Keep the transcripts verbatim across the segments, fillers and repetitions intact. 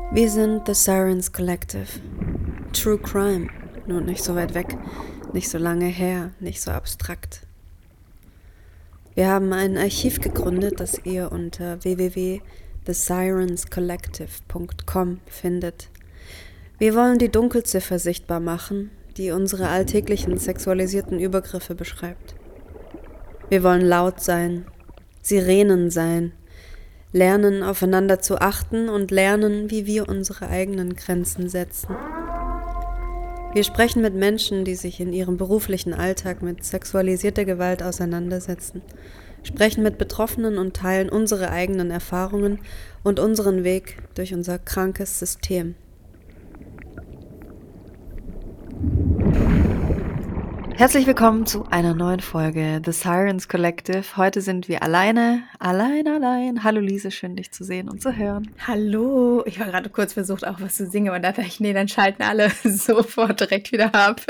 Wir sind The Sirens Collective. True Crime, nur nicht so weit weg, nicht so lange her, nicht so abstrakt. Wir haben ein Archiv gegründet, das ihr unter w w w punkt the sirens collective punkt com findet. Wir wollen die Dunkelziffer sichtbar machen, die unsere alltäglichen sexualisierten Übergriffe beschreibt. Wir wollen laut sein, Sirenen sein, lernen, aufeinander zu achten und lernen, wie wir unsere eigenen Grenzen setzen. Wir sprechen mit Menschen, die sich in ihrem beruflichen Alltag mit sexualisierter Gewalt auseinandersetzen, sprechen mit Betroffenen und teilen unsere eigenen Erfahrungen und unseren Weg durch unser krankes System. Herzlich willkommen zu einer neuen Folge The Sirens Collective. Heute sind wir alleine, allein, allein. Hallo Lise, schön dich zu sehen und zu hören. Hallo, ich war gerade kurz versucht, auch was zu singen, aber da dachte ich, nee, dann schalten alle sofort direkt wieder ab.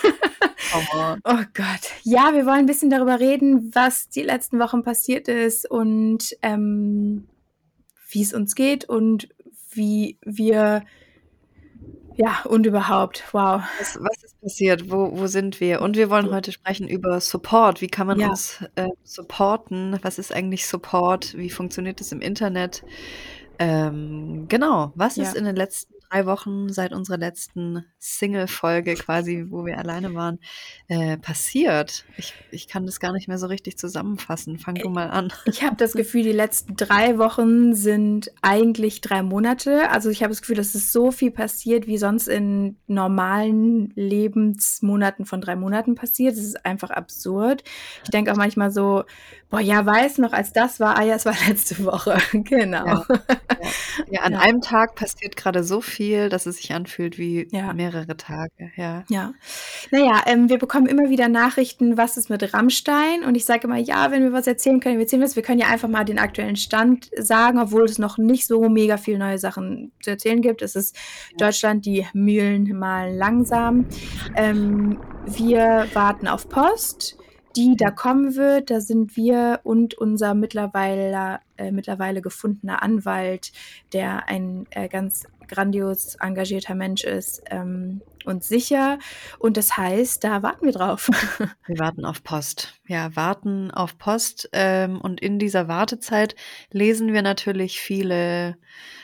Oh. Oh Gott. Ja, wir wollen ein bisschen darüber reden, was die letzten Wochen passiert ist und ähm, wie es uns geht und wie wir, ja, und überhaupt, wow. Was, was ist passiert? Wo, wo sind wir? Und wir wollen heute sprechen über Support. Wie kann man Ja. uns äh, supporten? Was ist eigentlich Support? Wie funktioniert es im Internet? Ähm, genau. Was Ja. ist in den letzten drei Wochen seit unserer letzten Single-Folge quasi, wo wir alleine waren, äh, passiert? Ich, ich kann das gar nicht mehr so richtig zusammenfassen. Fang du mal an. Ich habe das Gefühl, die letzten drei Wochen sind eigentlich drei Monate. Also ich habe das Gefühl, dass es so viel passiert, wie sonst in normalen Lebensmonaten von drei Monaten passiert. Das ist einfach absurd. Ich denke auch manchmal so, boah, ja, weiß noch, als das war, ah ja, es war letzte Woche. Genau. Ja, ja. Ja, an Ja. einem Tag passiert gerade so viel, dass es sich anfühlt wie Ja. mehrere Tage. Ja. Ja. Naja, ähm, wir bekommen immer wieder Nachrichten, was ist mit Rammstein? Und ich sage immer, ja, wenn wir was erzählen können, wir erzählen was. Wir können ja einfach mal den aktuellen Stand sagen, obwohl es noch nicht so mega viel neue Sachen zu erzählen gibt. Es ist Deutschland, die Mühlen malen langsam. Ähm, wir warten auf Post, die da kommen wird. Da sind wir und unser mittlerweile, äh, mittlerweile gefundener Anwalt, der ein äh, ganz grandios engagierter Mensch ist, ähm, uns sicher. Und das heißt, da warten wir drauf. Wir warten auf Post. Ja, warten auf Post. Ähm, und in dieser Wartezeit lesen wir natürlich viele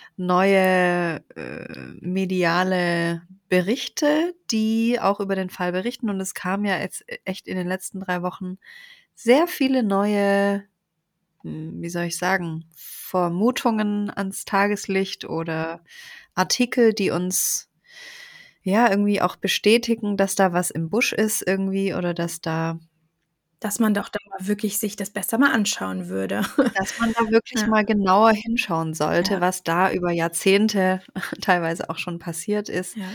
neue äh, mediale Berichte, die auch über den Fall berichten. Und es kam ja jetzt echt in den letzten drei Wochen sehr viele neue, wie soll ich sagen, Vermutungen ans Tageslicht oder Artikel, die uns ja irgendwie auch bestätigen, dass da was im Busch ist irgendwie oder dass da dass man doch da mal wirklich sich das besser mal anschauen würde. dass man da wirklich Ja. mal genauer hinschauen sollte, Ja. was da über Jahrzehnte teilweise auch schon passiert ist. Ja.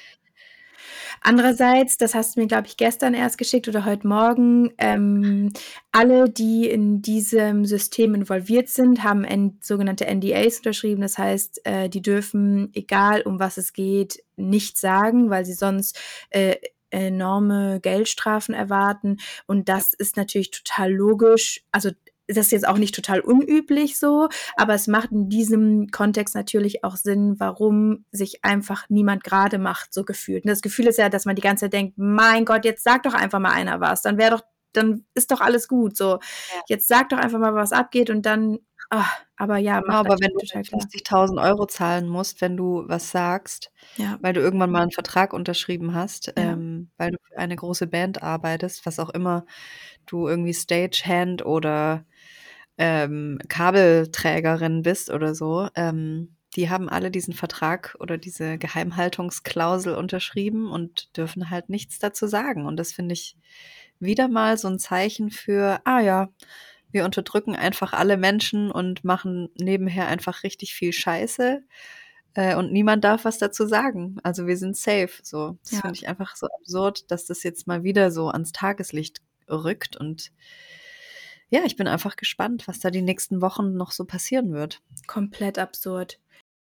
Andererseits, das hast du mir, glaube ich, gestern erst geschickt oder heute Morgen, ähm, alle, die in diesem System involviert sind, haben N- sogenannte N D As unterschrieben. Das heißt, äh, die dürfen, egal um was es geht, nichts sagen, weil sie sonst äh, enorme Geldstrafen erwarten. Und das ist natürlich total logisch. Also das ist jetzt auch nicht total unüblich so, aber es macht in diesem Kontext natürlich auch Sinn, warum sich einfach niemand gerade macht, so gefühlt. Und das Gefühl ist ja, dass man die ganze Zeit denkt, mein Gott, jetzt sag doch einfach mal einer was, dann wäre doch, dann ist doch alles gut, so. Ja. Jetzt sag doch einfach mal, was abgeht und dann, ach, aber ja, Genau, macht aber wenn natürlich du total klar. fünfzigtausend Euro zahlen musst, wenn du was sagst, Ja, weil du irgendwann mal einen Vertrag unterschrieben hast, Ja. ähm, weil du für eine große Band arbeitest, was auch immer du irgendwie Stagehand oder ähm, Kabelträgerin bist oder so, ähm, die haben alle diesen Vertrag oder diese Geheimhaltungsklausel unterschrieben und dürfen halt nichts dazu sagen. Und das finde ich wieder mal so ein Zeichen für, ah ja, wir unterdrücken einfach alle Menschen und machen nebenher einfach richtig viel Scheiße. Äh, und niemand darf was dazu sagen. Also wir sind safe. So, das Ja. finde ich einfach so absurd, dass das jetzt mal wieder so ans Tageslicht rückt. Und ja, ich bin einfach gespannt, was da die nächsten Wochen noch so passieren wird. Komplett absurd.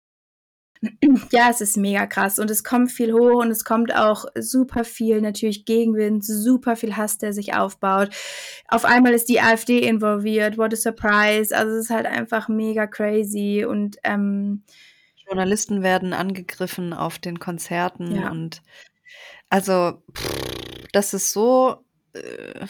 Ja, es ist mega krass und es kommt viel hoch und es kommt auch super viel natürlich Gegenwind, super viel Hass, der sich aufbaut. Auf einmal ist die AfD involviert, what a surprise. Also es ist halt einfach mega crazy und ähm, Journalisten werden angegriffen auf den Konzerten Ja. und also, dass es so, äh,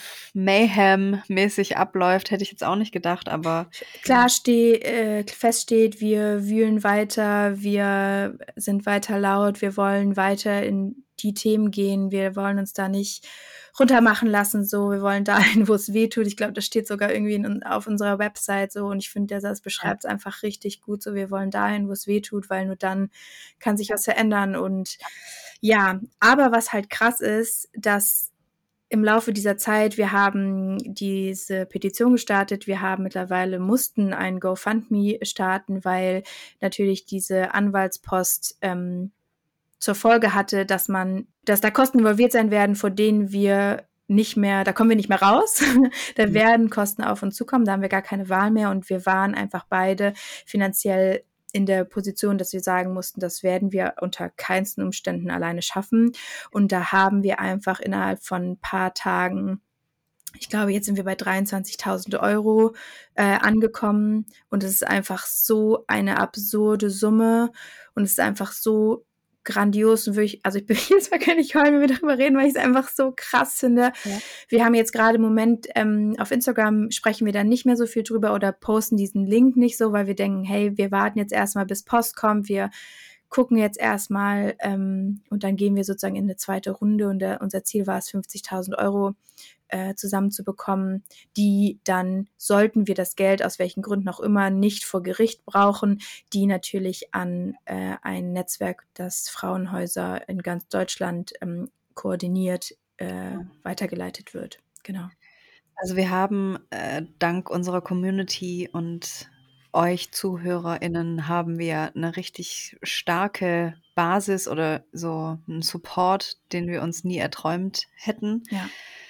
Mayhem-mäßig abläuft, hätte ich jetzt auch nicht gedacht, aber Klar steh äh, feststeht, wir wühlen weiter, wir sind weiter laut, wir wollen weiter in die Themen gehen, wir wollen uns da nicht runtermachen lassen, so, wir wollen dahin, wo es weh tut. Ich glaube, das steht sogar irgendwie in auf unserer Website so und ich finde, der Satz Ja. beschreibt's einfach richtig gut so. Wir wollen dahin, wo es weh tut, weil nur dann kann sich was verändern und ja, aber was halt krass ist, dass im Laufe dieser Zeit wir haben diese Petition gestartet, wir haben mittlerweile mussten ein GoFundMe starten, weil natürlich diese Anwaltspost, ähm, zur Folge hatte, dass man dass da Kosten involviert sein werden, vor denen wir nicht mehr da kommen wir nicht mehr raus. Da Mhm. werden Kosten auf uns zukommen, da haben wir gar keine Wahl mehr und wir waren einfach beide finanziell in der Position, dass wir sagen mussten, das werden wir unter keinsten Umständen alleine schaffen. Und da haben wir einfach innerhalb von 'n paar Tagen ich glaube, jetzt sind wir bei dreiundzwanzigtausend Euro äh, angekommen und es ist einfach so eine absurde Summe und es ist einfach so grandios und wirklich also, ich bin jedes Mal kann ich heulen, wenn wir darüber reden, weil ich's einfach so krass finde. Ja. Wir haben jetzt grade im Moment ähm, auf Instagram sprechen wir da nicht mehr so viel drüber oder posten diesen Link nicht so, weil wir denken: „Hey, wir warten jetzt erst mal, bis Post kommt. Wir gucken jetzt erst mal, ähm, und dann gehen wir sozusagen in 'ne zweite Runde“ und der unser Ziel war es, fünfzigtausend Euro äh, zusammenzubekommen, die dann, sollten wir das Geld aus welchen Gründen auch immer nicht vor Gericht brauchen, die natürlich an äh, ein Netzwerk, das Frauenhäuser in ganz Deutschland, ähm, koordiniert, äh, Ja. weitergeleitet wird. Genau. Also, wir haben, äh, dank unserer Community und euch ZuhörerInnen haben wir 'ne richtig starke Basis oder so 'n Support, den wir uns nie erträumt hätten. Ja.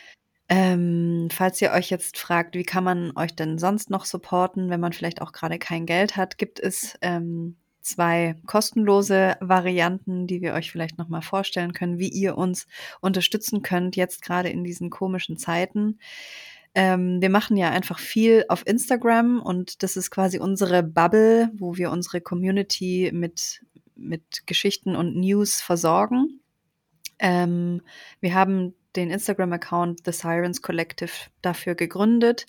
Ähm, falls ihr euch jetzt fragt: „Wie kann man euch denn sonst noch supporten, wenn man vielleicht auch grade kein Geld hat?“ Gibt es, ähm, zwei kostenlose Varianten, die wir euch vielleicht noch mal vorstellen können, wie ihr uns unterstützen könnt, jetzt grade in diesen komischen Zeiten. Ähm, wir machen ja einfach viel auf Instagram und das ist quasi unsere Bubble, wo wir unsere Community mit mit Geschichten und News versorgen. Ähm, wir haben den Instagram-Account The Sirens Collective dafür gegründet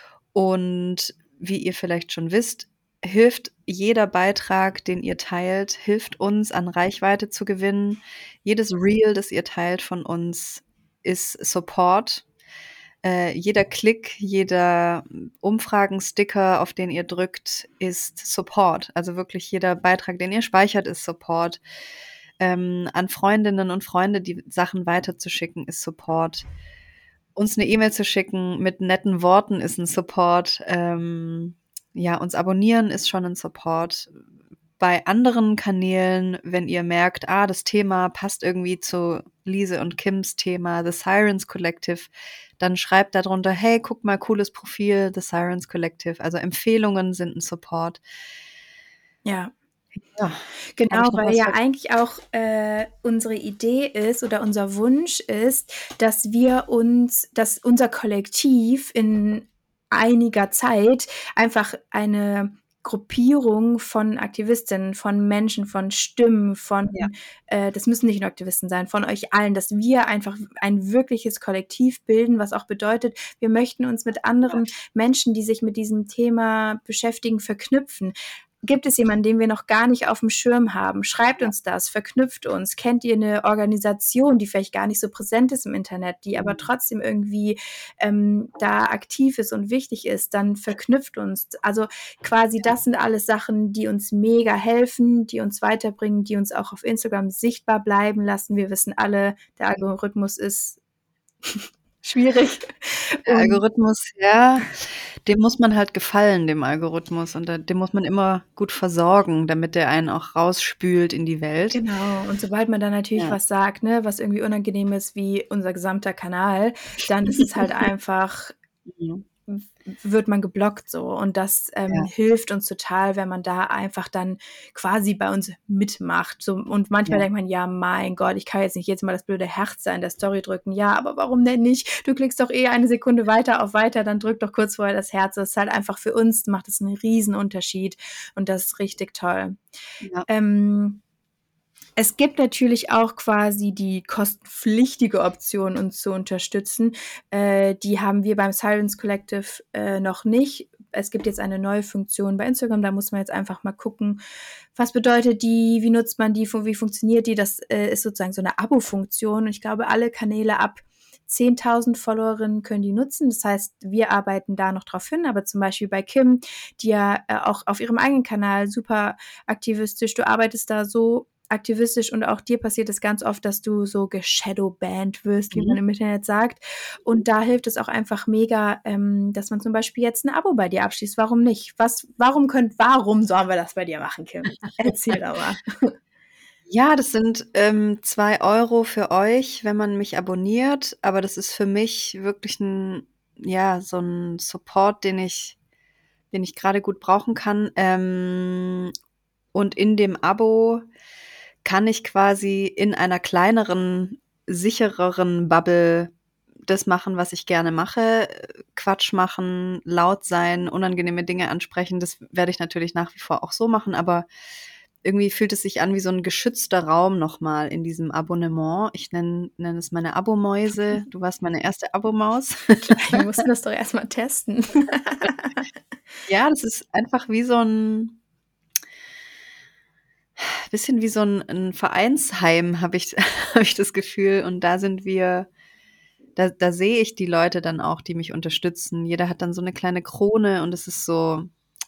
und wie ihr vielleicht schon wisst, hilft jeder Beitrag, den ihr teilt, hilft uns, an Reichweite zu gewinnen. Jedes Reel, das ihr teilt von uns, ist Support. Äh, jeder Klick, jeder Umfragen-Sticker, auf den ihr drückt, ist Support. Also, wirklich jeder Beitrag, den ihr speichert, ist Support. Ähm, an Freundinnen und Freunde die Sachen weiterzuschicken, ist Support. Uns 'ne E-Mail zu schicken mit netten Worten ist 'n Support. Ähm, ja, uns abonnieren ist schon 'n Support. Bei anderen Kanälen, wenn ihr merkt: „Ah, das Thema passt irgendwie zu Lise und Kims Thema The Sirens Collective“, dann schreibt da drunter: „Hey, guck mal, cooles Profil, The Sirens Collective.“ Also, Empfehlungen sind 'n Support. Ja. Ja. Habe Genau, ich noch weil was ja ver eigentlich auch, äh, unsere Idee ist oder unser Wunsch ist, dass wir uns dass unser Kollektiv in einiger Zeit einfach eine Gruppierung von Aktivistinnen, von Menschen, von Stimmen, von Ja. äh, das müssen nicht nur Aktivisten sein, von euch allen, dass wir einfach ein wirkliches Kollektiv bilden, was auch bedeutet, wir möchten uns mit anderen Menschen, die sich mit diesem Thema beschäftigen, verknüpfen. Gibt es jemanden, den wir noch gar nicht aufm Schirm haben? Schreibt Ja. uns das, verknüpft uns. Kennt ihr 'ne Organisation, die vielleicht gar nicht so präsent ist im Internet, die aber Mhm. trotzdem irgendwie, ähm, da aktiv ist und wichtig ist, dann verknüpft uns. Also, quasi Ja. das sind alles Sachen, die uns mega helfen, die uns weiterbringen, die uns auch auf Instagram sichtbar bleiben lassen. Wir wissen alle, der Algorithmus ist schwierig Der und Algorithmus, ja, dem muss man halt gefallen, dem Algorithmus und da den muss man immer gut versorgen, damit der einen auch rausspült in die Welt. Genau, und sobald man dann natürlich Ja. was sagt, ne, was irgendwie unangenehm ist wie unser gesamter Kanal, dann ist es halt einfach Mhm. wird man geblockt so. Und das ähm, Ja. hilft uns total, wenn man da einfach dann quasi bei uns mitmacht. So, und manchmal Ja. denkt man, ja, mein Gott, ich kann jetzt nicht jetzt mal das blöde Herz in der Story drücken. Ja, aber warum denn nicht? Du klickst doch eh eine Sekunde weiter auf weiter, dann drück doch kurz vorher das Herz. Das ist halt einfach für uns, macht das einen riesen Unterschied. Und das ist richtig toll. Ja. Ähm, Es gibt natürlich auch quasi die kostenpflichtige Option, uns zu unterstützen. Äh, die haben wir beim Sirens Collective äh, noch nicht. Es gibt jetzt eine neue Funktion bei Instagram, da muss man jetzt einfach mal gucken, was bedeutet die, wie nutzt man die, wie funktioniert die. Das äh, ist sozusagen so eine Abo-Funktion und ich glaube, alle Kanäle ab zehntausend Followerinnen können die nutzen. Das heißt, wir arbeiten da noch drauf hin, aber zum Beispiel bei Kim, die ja äh, auch auf ihrem eigenen Kanal super aktivistisch, du arbeitest da so aktivistisch und auch dir passiert es ganz oft, dass du so geshadowbanned wirst, wie Mhm. man im Internet sagt. Und da hilft es auch einfach mega, ähm, dass man zum Beispiel jetzt ein Abo bei dir abschließt. Warum nicht? Was, warum könnt, warum sollen wir das bei dir machen, Kim? Erzähl doch mal. Ja, das sind ähm, zwei Euro für euch, wenn man mich abonniert. Aber das ist für mich wirklich ein, ja, so ein Support, den ich, den ich gerade gut brauchen kann. Ähm, und in dem Abo kann ich quasi in einer kleineren, sichereren Bubble das machen, was ich gerne mache. Quatsch machen, laut sein, unangenehme Dinge ansprechen. Das werde ich natürlich nach wie vor auch so machen, aber irgendwie fühlt es sich an wie so ein geschützter Raum nochmal in diesem Abonnement. Ich nenne nenn es meine Abomäuse. Du warst meine erste Abomaus. Wir mussten das doch erstmal testen. Ja, das ist einfach wie so ein bisschen wie so ein, ein Vereinsheim, habe ich, hab ich das Gefühl. Und da sind wir, da, da sehe ich die Leute dann auch, die mich unterstützen. Jeder hat dann so eine kleine Krone und es ist so,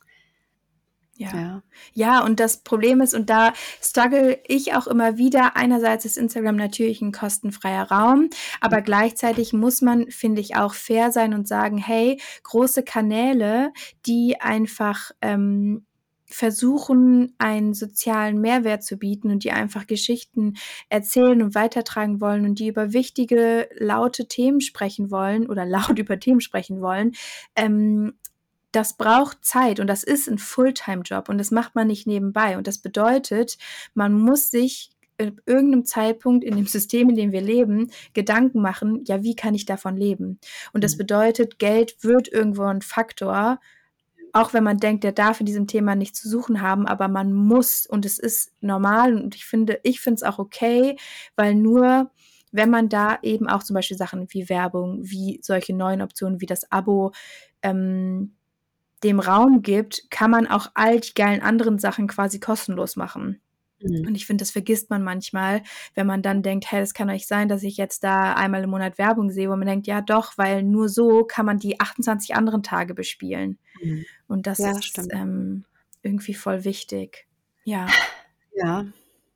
Ja. ja. Ja, und das Problem ist, und da struggle ich auch immer wieder, einerseits ist Instagram natürlich ein kostenfreier Raum, aber gleichzeitig muss man, finde ich, auch fair sein und sagen, hey, große Kanäle, die einfach ähm, versuchen, einen sozialen Mehrwert zu bieten und die einfach Geschichten erzählen und weitertragen wollen und die über wichtige, laute Themen sprechen wollen oder laut über Themen sprechen wollen, ähm, das braucht Zeit und das ist ein Fulltime-Job und das macht man nicht nebenbei. Und das bedeutet, man muss sich in irgendeinem Zeitpunkt in dem System, in dem wir leben, Gedanken machen, ja, wie kann ich davon leben? Und das Mhm. bedeutet, Geld wird irgendwo ein Faktor, auch wenn man denkt, der darf in diesem Thema nichts zu suchen haben, aber man muss und es ist normal und ich finde, ich finde es auch okay, weil nur wenn man da eben auch zum Beispiel Sachen wie Werbung, wie solche neuen Optionen, wie das Abo, ähm, dem Raum gibt, kann man auch all die geilen anderen Sachen quasi kostenlos machen. Mhm. Und ich finde, das vergisst man manchmal, wenn man dann denkt, hey, das kann doch nicht sein, dass ich jetzt da einmal im Monat Werbung sehe, wo man denkt, ja doch, weil nur so kann man die achtundzwanzig anderen Tage bespielen. Mhm. Und das Ja, ist stimmt. ähm, irgendwie voll wichtig. Ja. Ja.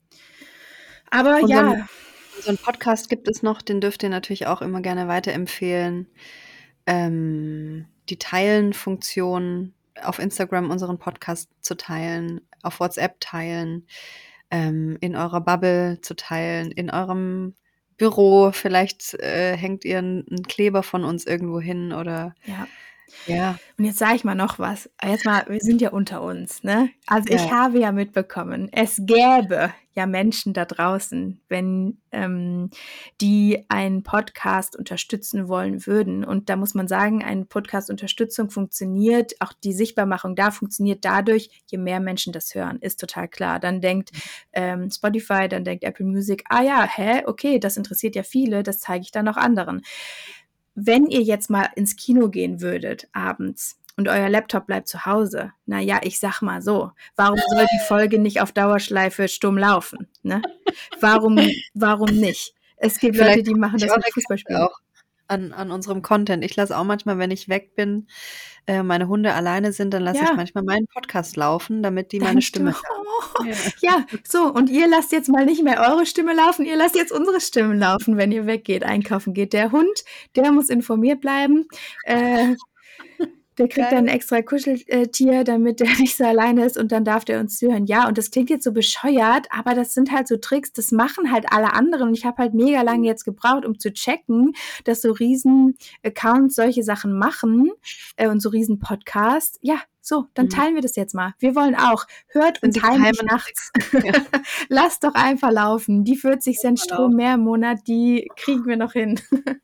Aber Und so ja, ein, so ein Podcast gibt es noch, den dürft ihr natürlich auch immer gerne weiterempfehlen. Ähm, die Teilen-Funktion auf Instagram unseren Podcast zu teilen, auf WhatsApp teilen, ähm, in eurer Bubble zu teilen, in eurem Büro. Vielleicht äh, hängt ihr einen, einen Kleber von uns irgendwo hin oder ja. ja. Und jetzt sage ich mal noch was. Jetzt mal, wir sind ja unter uns, ne? Also ich Ja. habe ja mitbekommen, es gäbe ja Menschen da draußen, wenn ähm, die einen Podcast unterstützen wollen würden. Und da muss man sagen, eine Podcast-Unterstützung funktioniert, auch die Sichtbarmachung da funktioniert dadurch, je mehr Menschen das hören, ist total klar. Dann denkt ähm, Spotify, dann denkt Apple Music, ah ja, hä, okay, das interessiert ja viele, das zeige ich dann auch anderen. Wenn ihr jetzt mal ins Kino gehen würdet abends und euer Laptop bleibt zu Hause, naja, ich sag mal so, warum soll die Folge nicht auf Dauerschleife stumm laufen? Ne? Warum, warum nicht? Es gibt Vielleicht Leute, die machen das eure mit Fußballspielen. Gäste auch an, an unserem Content. Ich lasse auch manchmal, wenn ich weg bin, äh, meine Hunde alleine sind, dann lasse ich Ja, manchmal meinen Podcast laufen, damit die meine deine Stimme Stimme. hören. Oh, Ja. ja, so, und ihr lasst jetzt mal nicht mehr eure Stimme laufen, ihr lasst jetzt unsere Stimmen laufen, wenn ihr weggeht, einkaufen geht. Der Hund, der muss informiert bleiben. Äh, Der kriegt dann ein extra Kuscheltier, damit der nicht so alleine ist und dann darf der uns zuhören. Ja, und das klingt jetzt so bescheuert, aber das sind halt so Tricks, das machen halt alle anderen. Und ich habe halt mega lange jetzt gebraucht, um zu checken, dass so riesen Accounts solche Sachen machen äh, und so riesen Podcasts. Ja, so, dann Mhm. teilen wir das jetzt mal. Wir wollen auch. Hört Sind uns die heimlich geheimen nachts. Ja. Lasst doch einfach laufen. Die vierzig Cent Einfach Strom mehr im Monat, die kriegen wir noch hin.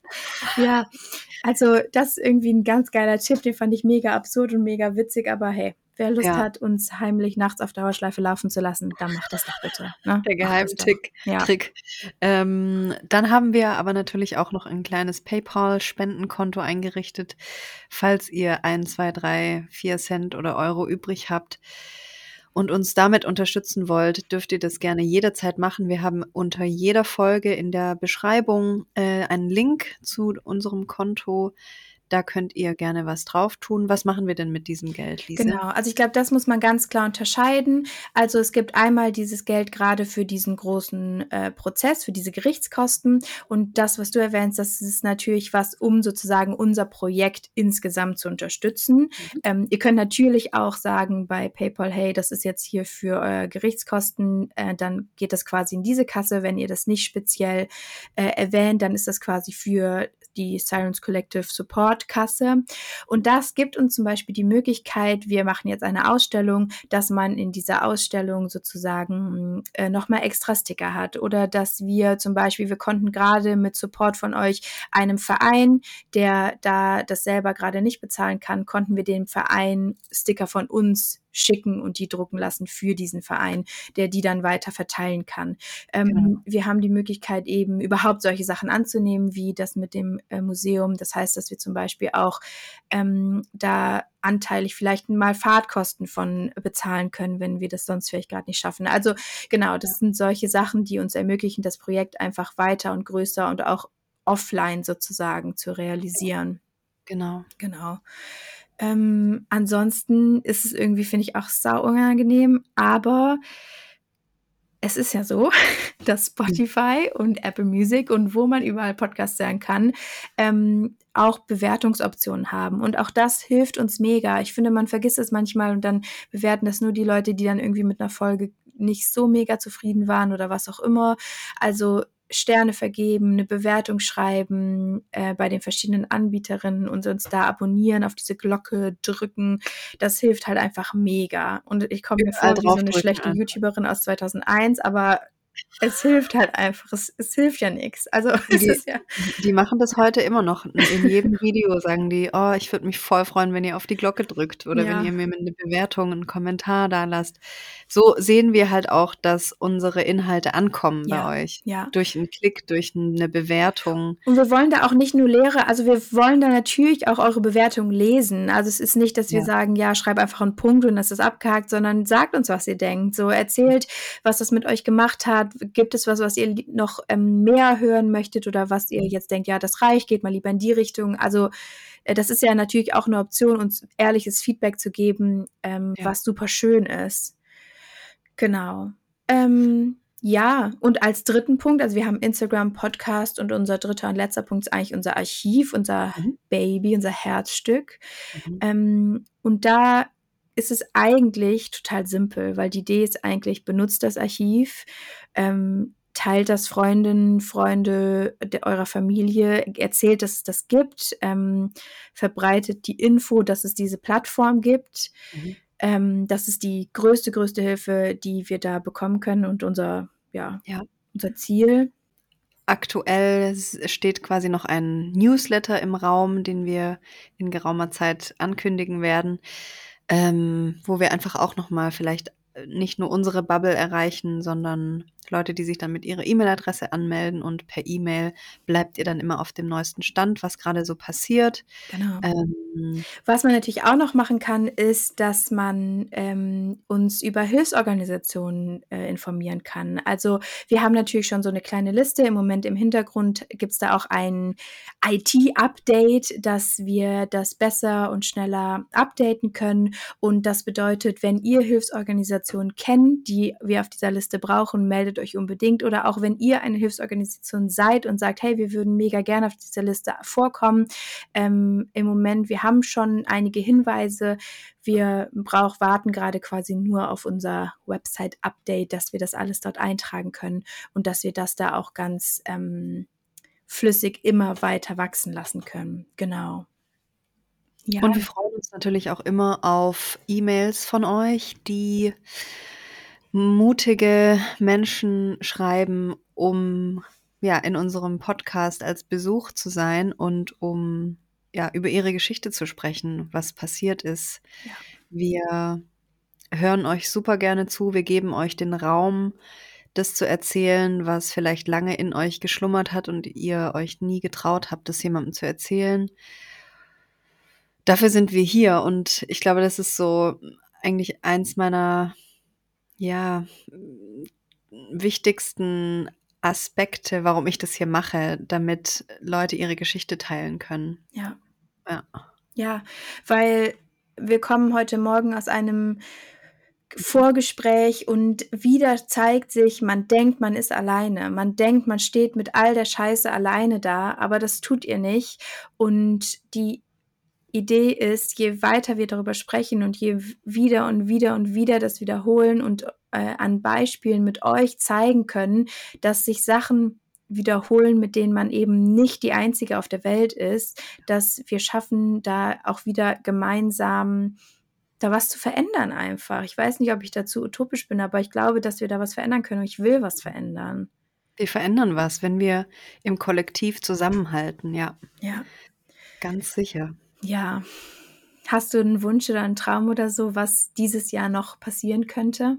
Ja, also das ist irgendwie ein ganz geiler Tipp, den fand ich mega absurd und mega witzig, aber hey, wer Lust Ja. hat, uns heimlich nachts auf Dauerschleife laufen zu lassen, dann macht das doch bitte. Ne? Der Macht das doch. Geheimtick, Ja. Trick. Ähm, dann haben wir aber natürlich auch noch ein kleines PayPal-Spendenkonto eingerichtet, falls ihr ein, zwei, drei, vier Cent oder Euro übrig habt und uns damit unterstützen wollt, dürft ihr das gerne jederzeit machen. Wir haben unter jeder Folge in der Beschreibung äh, einen Link zu unserem Konto. Da könnt ihr gerne was drauf tun. Was machen wir denn mit diesem Geld, Lise? Genau, also ich glaube, das muss man ganz klar unterscheiden. Also es gibt einmal dieses Geld gerade für diesen großen äh, Prozess, für diese Gerichtskosten. Und das, was du erwähnst, das ist natürlich was, um sozusagen unser Projekt insgesamt zu unterstützen. Mhm. Ähm, ihr könnt natürlich auch sagen bei PayPal, hey, das ist jetzt hier für eure Gerichtskosten, äh, dann geht das quasi in diese Kasse. Wenn ihr das nicht speziell äh, erwähnt, dann ist das quasi für die Sirens Collective Support Kasse. Und das gibt uns zum Beispiel die Möglichkeit, wir machen jetzt eine Ausstellung, dass man in dieser Ausstellung sozusagen äh, nochmal extra Sticker hat oder dass wir zum Beispiel, wir konnten gerade mit Support von euch einem Verein, der da das selber gerade nicht bezahlen kann, konnten wir dem Verein Sticker von uns schicken und die drucken lassen für diesen Verein, der die dann weiter verteilen kann. Ähm, Genau. Wir haben die Möglichkeit eben überhaupt solche Sachen anzunehmen, wie das mit dem äh, Museum. Das heißt, dass wir zum Beispiel auch ähm, da anteilig vielleicht mal Fahrtkosten von bezahlen können, wenn wir das sonst vielleicht gerade nicht schaffen. Also genau, das sind solche Sachen, die uns ermöglichen, das Projekt einfach weiter und größer und auch offline sozusagen zu realisieren. Genau. Genau. Ähm, ansonsten ist es irgendwie, finde ich, auch sau unangenehm, aber es ist ja so, dass Spotify und Apple Music und wo man überall Podcasts hören kann, ähm, auch Bewertungsoptionen haben. Und auch das hilft uns mega. Ich finde, man vergisst es manchmal und dann bewerten das nur die Leute, die dann irgendwie mit einer Folge nicht so mega zufrieden waren oder was auch immer. Also Sterne vergeben, eine Bewertung schreiben äh, bei den verschiedenen Anbieterinnen und uns da abonnieren, auf diese Glocke drücken. Das hilft halt einfach mega. Und ich komme mir vor wie so eine schlechte einfach. YouTuberin aus zweitausendeins, aber es hilft halt einfach. Es, es hilft ja nichts. Also es Die, ist ja die machen das heute immer noch. In jedem Video sagen die, oh, ich würde mich voll freuen, wenn ihr auf die Glocke drückt oder Ja. wenn ihr mir eine Bewertung, einen Kommentar da lasst. So sehen wir halt auch, dass unsere Inhalte ankommen Ja, bei euch. ja. Durch einen Klick, durch eine Bewertung. Und wir wollen da auch nicht nur Lehre, also wir wollen da natürlich auch eure Bewertung lesen. Also es ist nicht, dass wir Ja. sagen, ja, schreib einfach einen Punkt und das ist abgehakt, sondern sagt uns, was ihr denkt. So erzählt, was das mit euch gemacht hat. Gibt es was, was ihr noch ähm, mehr hören möchtet oder was ihr jetzt denkt, ja, das reicht, geht mal lieber in die Richtung. Also äh, das ist ja natürlich auch eine Option, uns ehrliches Feedback zu geben, ähm, Ja. was super schön ist. Genau. Ähm, ja, und als dritten Punkt, also wir haben Instagram, Podcast und unser dritter und letzter Punkt ist eigentlich unser Archiv, unser Mhm. Baby, unser Herzstück. Mhm. Ähm, und da ist es eigentlich total simpel, weil die Idee ist eigentlich, benutzt das Archiv, ähm, teilt das Freundinnen, Freunde de, eurer Familie, erzählt, dass es das gibt, ähm, verbreitet die Info, dass es diese Plattform gibt. Mhm. Ähm, das ist die größte, größte Hilfe, die wir da bekommen können und unser, ja, Ja. unser Ziel. Aktuell steht quasi noch ein Newsletter im Raum, den wir in geraumer Zeit ankündigen werden, ähm, wo wir einfach auch nochmal vielleicht nicht nur unsere Bubble erreichen, sondern Leute, die sich dann mit ihrer E-Mail-Adresse anmelden und per E-Mail bleibt ihr dann immer auf dem neuesten Stand, was gerade so passiert. Genau. Ähm, Was man natürlich auch noch machen kann, ist, dass man ähm, uns über Hilfsorganisationen äh, informieren kann. Also wir haben natürlich schon so eine kleine Liste. Im Moment im Hintergrund gibt es da auch ein I T-Update, dass wir das besser und schneller updaten können. Und das bedeutet, wenn ihr Hilfsorganisationen kennt, die wir auf dieser Liste brauchen, meldet meldet euch unbedingt. Oder auch wenn ihr eine Hilfsorganisation seid und sagt, hey, wir würden mega gerne auf dieser Liste vorkommen. Ähm, im Moment, wir haben schon einige Hinweise. Wir brauch, warten gerade quasi nur auf unser Website-Update, dass wir das alles dort eintragen können und dass wir das da auch ganz ähm, flüssig immer weiter wachsen lassen können. Genau. Ja. Und wir freuen uns natürlich auch immer auf E-Mails von euch, die mutige Menschen schreiben, um ja in unserem Podcast als Besuch zu sein und um ja über ihre Geschichte zu sprechen, was passiert ist. Ja. Wir hören euch super gerne zu. Wir geben euch den Raum, das zu erzählen, was vielleicht lange in euch geschlummert hat und ihr euch nie getraut habt, das jemandem zu erzählen. Dafür sind wir hier und ich glaube, das ist so eigentlich eins meiner, ja, wichtigsten Aspekte, warum ich das hier mache, damit Leute ihre Geschichte teilen können. Ja. Ja. Ja, weil wir kommen heute Morgen aus einem Vorgespräch und wieder zeigt sich, man denkt, man ist alleine. Man denkt, man steht mit all der Scheiße alleine da, aber das tut ihr nicht. Und die Idee ist, je weiter wir darüber sprechen und je wieder und wieder und wieder das wiederholen und äh, an Beispielen mit euch zeigen können, dass sich Sachen wiederholen, mit denen man eben nicht die Einzige auf der Welt ist, dass wir schaffen, da auch wieder gemeinsam da was zu verändern einfach. Ich weiß nicht, ob ich dazu utopisch bin, aber ich glaube, dass wir da was verändern können und ich will was verändern. Wir verändern was, wenn wir im Kollektiv zusammenhalten, ja. Ja. Ganz sicher. Ja. Hast du einen Wunsch oder einen Traum oder so, was dieses Jahr noch passieren könnte?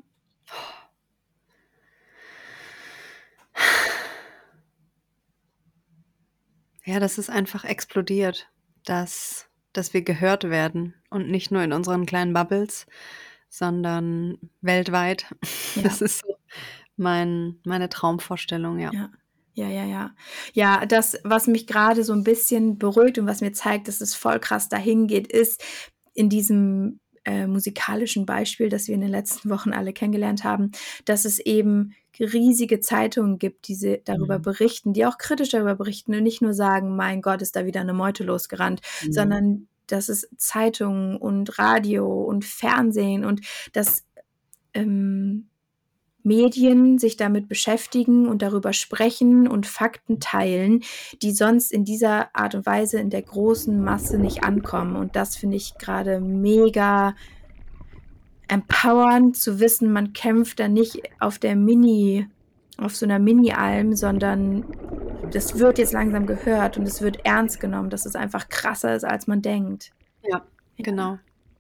Ja, dass es einfach explodiert, dass, dass wir gehört werden und nicht nur in unseren kleinen Bubbles, sondern weltweit. Ja. Das ist so mein, meine Traumvorstellung, ja. Ja. Ja, ja, ja. Ja, das, was mich gerade so ein bisschen beruhigt und was mir zeigt, dass es voll krass dahin geht, ist in diesem äh, musikalischen Beispiel, das wir in den letzten Wochen alle kennengelernt haben, dass es eben riesige Zeitungen gibt, die sie darüber Mhm. berichten, die auch kritisch darüber berichten und nicht nur sagen, mein Gott, ist da wieder eine Meute losgerannt, Mhm. sondern dass es Zeitungen und Radio und Fernsehen und dass ähm, Medien sich damit beschäftigen und darüber sprechen und Fakten teilen, die sonst in dieser Art und Weise in der großen Masse nicht ankommen. Und das finde ich gerade mega empowernd, zu wissen, man kämpft da nicht auf der Mini, auf so einer Mini-Alm, sondern das wird jetzt langsam gehört und es wird ernst genommen, dass es einfach krasser ist, als man denkt. Ja, Ja. genau.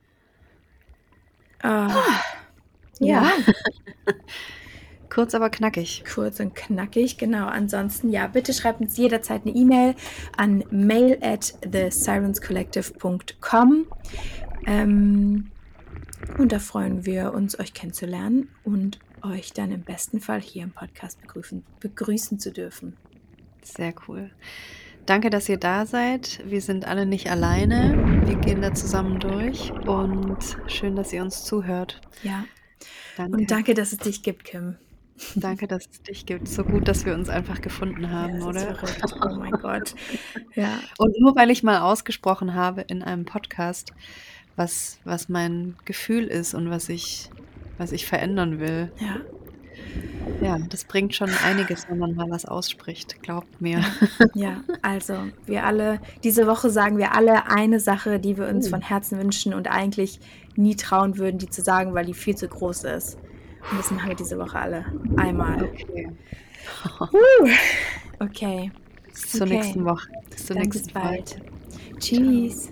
Ah, ja. Kurz, aber knackig. Kurz und knackig, genau. Ansonsten, ja, bitte schreibt uns jederzeit eine E-Mail an mail at the sirens collective dot com. Ähm, und da freuen wir uns, euch kennenzulernen und euch dann im besten Fall hier im Podcast begrüßen, begrüßen zu dürfen. Sehr cool. Danke, dass ihr da seid. Wir sind alle nicht alleine. Wir gehen da zusammen durch und schön, dass ihr uns zuhört. Ja. Danke. Und danke, dass es dich gibt, Kim. Danke, dass es dich gibt. So gut, dass wir uns einfach gefunden haben, ja, das oder? ist verrückt. Oh mein Gott. Ja. Und nur weil ich mal ausgesprochen habe in einem Podcast, was, was mein Gefühl ist und was ich, was ich verändern will. Ja. Ja, das bringt schon einiges, wenn man mal was ausspricht, glaubt mir. Ja, also wir alle, diese Woche sagen wir alle eine Sache, die wir uns Uh. von Herzen wünschen und eigentlich nie trauen würden, die zu sagen, weil die viel zu groß ist. Und das machen wir diese Woche alle. Einmal. Okay. Uh. Okay. Bis zur Okay. nächsten Woche. Bis zur Dann nächsten bis bald. Folge. Tschüss.